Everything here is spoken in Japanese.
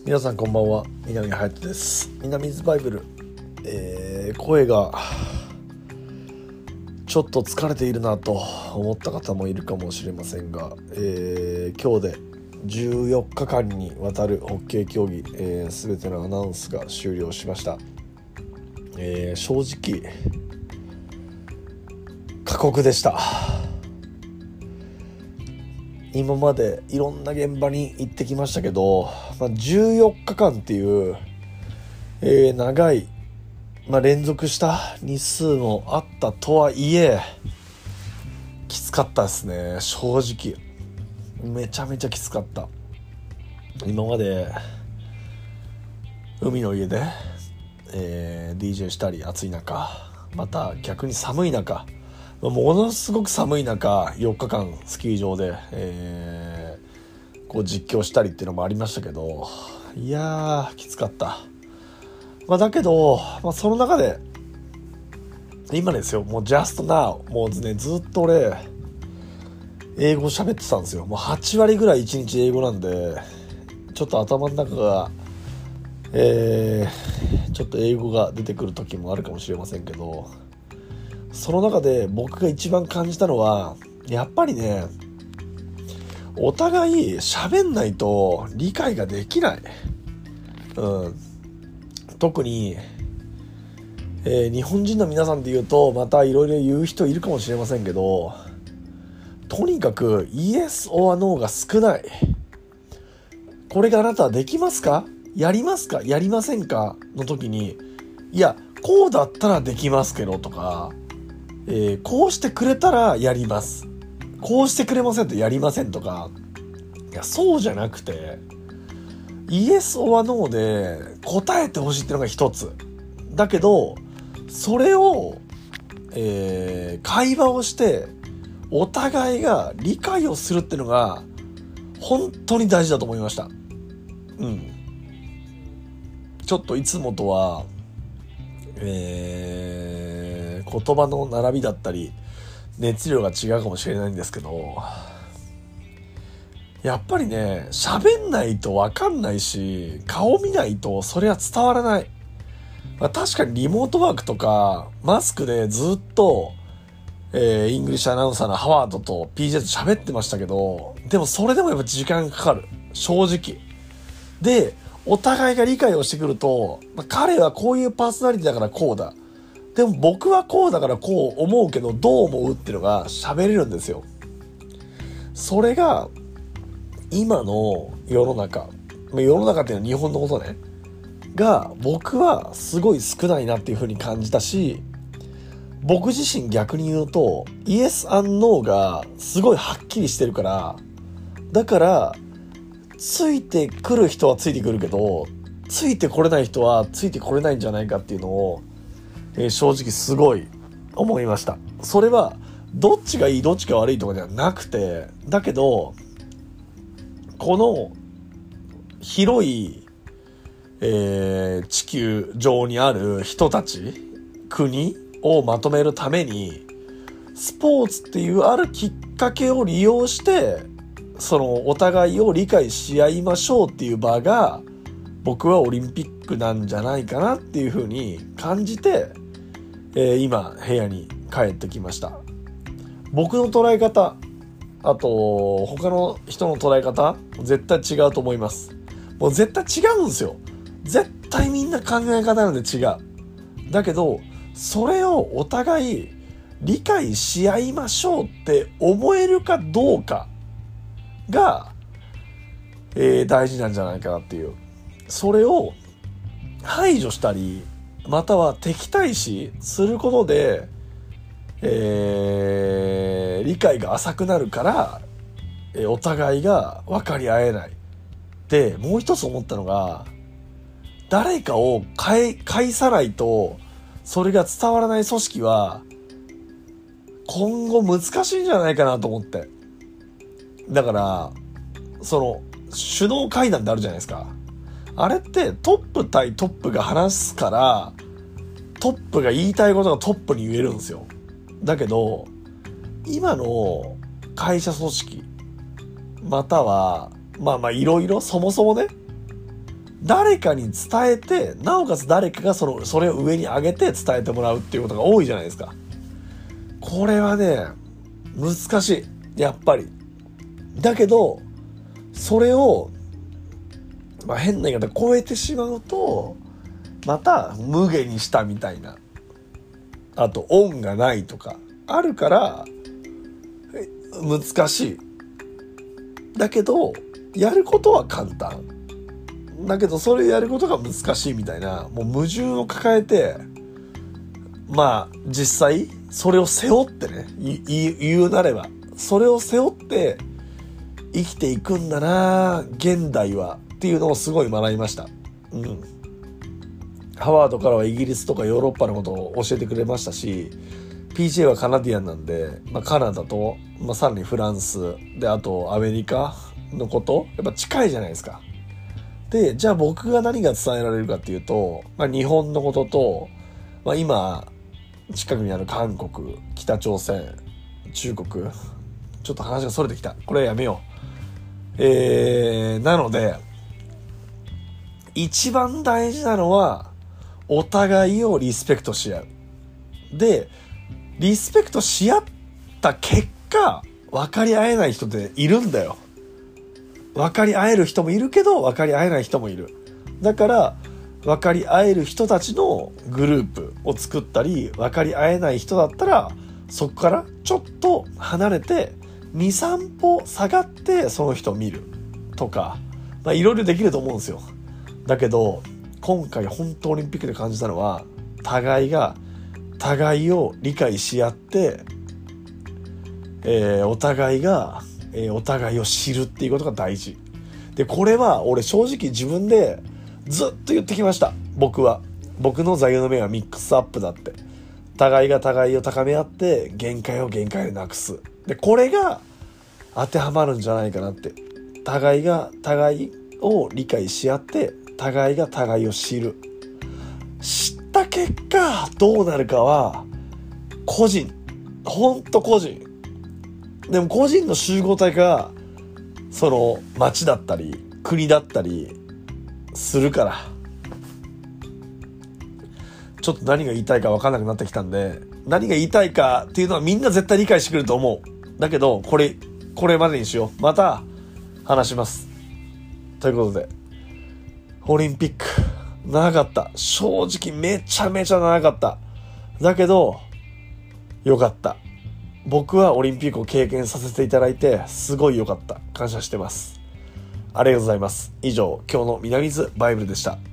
皆さんこんばんは、南隼人です。南ズバイブル、声がちょっと疲れているなと思った方もいるかもしれませんが、今日で14日間にわたるホッケー競技、全てのアナウンスが終了しました。正直過酷でした。今までいろんな現場に行ってきましたけど、14日間っていう、長い、連続した日数もあったとはいえきつかったですね。正直めちゃめちゃきつかった。今まで海の家で、DJ したり暑い中、また逆に寒い中、ものすごく寒い中4日間スキー場で、こう実況したりっていうのもありましたけど、いやーきつかった。だけど、その中で今ですよ、もう just now もうね、ずっと俺英語喋ってたんですよ。もう8割ぐらい1日英語なんで、ちょっと頭の中がちょっと英語が出てくる時もあるかもしれませんけど、その中で僕が一番感じたのは、やっぱりね、お互い喋んないと理解ができない。特に、日本人の皆さんで言うとまたいろいろ言う人いるかもしれませんけど、とにかく Yes or No が少ない。これがあなたはできますか？やりますか？やりませんか？の時に、いやこうだったらできますけどとか、こうしてくれたらやります、こうしてくれませんとやりませんとか、いやそうじゃなくてイエスオアノーで答えてほしいっていうのが一つだけど、それを、会話をしてお互いが理解をするっていうのが本当に大事だと思いました。ちょっといつもとは言葉の並びだったり熱量が違うかもしれないんですけど、やっぱりね、喋んないと分かんないし、顔見ないとそれは伝わらない。確かにリモートワークとかマスクでずっと、イングリッシュアナウンサーのハワードと PJ と喋ってましたけど、でもそれでもやっぱ時間かかる、正直で。お互いが理解をしてくると、彼はこういうパーソナリティだからこうだ、でも僕はこうだからこう思うけどどう思うっていうのが喋れるんですよ。それが今の世の中っていうのは日本のことねが、僕はすごい少ないなっていう風に感じたし、僕自身逆に言うとイエスアンノーがすごいはっきりしてるから、だからついてくる人はついてくるけど、ついてこれない人はついてこれないんじゃないかっていうのを、正直すごい思いました。それはどっちがいいどっちが悪いとかではなくて、だけどこの広い、地球上にある人たち、国をまとめるためにスポーツっていうあるきっかけを利用して、そのお互いを理解し合いましょうっていう場が僕はオリンピックなんじゃないかなっていう風に感じて、今部屋に帰ってきました。僕の捉え方、あと他の人の捉え方絶対違うと思います。もう絶対違うんですよ。絶対みんな考え方なんで違う。だけどそれをお互い理解し合いましょうって思えるかどうかが、大事なんじゃないかなっていう。それを排除したりまたは敵対視することで、理解が浅くなるから、お互いが分かり合えない。でもう一つ思ったのが、誰かを介さないとそれが伝わらない組織は今後難しいんじゃないかなと思って。だからその首脳会談であるじゃないですか。あれってトップ対トップが話すから、トップが言いたいことがトップに言えるんですよ。だけど今の会社組織またはいろいろそもそもね、 誰かに伝えて、なおかつ誰かがそれを上に上げて伝えてもらうっていうことが多いじゃないですか。これはね、難しい。やっぱり。だけど、それを、変な言い方超えてしまうと、また無下にしたみたいな。あと、恩がないとか、あるから、難しい。だけど、やることは簡単。だけど、それをやることが難しいみたいな、もう矛盾を抱えて、実際、それを背負ってね、言うなれば、それを背負って生きていくんだな、現代は。っていうのをすごい学びました。ハワードからはイギリスとかヨーロッパのことを教えてくれましたし、PJ はカナディアンなんで、カナダと、さらにフランスで、あとアメリカのこと、やっぱ近いじゃないですか。で、じゃあ僕が何が伝えられるかっていうと、日本のことと、今、近くにある韓国、北朝鮮、中国、ちょっと話が逸れてきた。これやめよう。なので、一番大事なのは、お互いをリスペクトし合う。で、リスペクトし合った結果、分かり合えない人っているんだよ。分かり合える人もいるけど、分かり合えない人もいる。だから、分かり合える人たちのグループを作ったり、分かり合えない人だったら、そこからちょっと離れて、2、3歩下がってその人を見るとか、いろいろできると思うんですよ。だけど、今回本当オリンピックで感じたのは、互いが互いを理解し合って、お互いが、お互いを知るっていうことが大事。で、これは俺正直自分でずっと言ってきました。僕の座右の銘はミックスアップだって。互いが互いを高め合って限界を限界でなくす。で、これが当てはまるんじゃないかなって。互いが互いを理解し合って互いが互いを知る。知った結果どうなるかはほんと個人。でも個人の集合体がその町だったり国だったりするから、ちょっと何が言いたいか分かんなくなってきたんで、何が言いたいかっていうのはみんな絶対理解してくると思う。だけどこれまでにしよう。また話します。ということで、オリンピック長かった。正直めちゃめちゃ長かった。だけどよかった。僕はオリンピックを経験させていただいてすごい良かった。感謝してます。ありがとうございます。以上、今日の南津バイブルでした。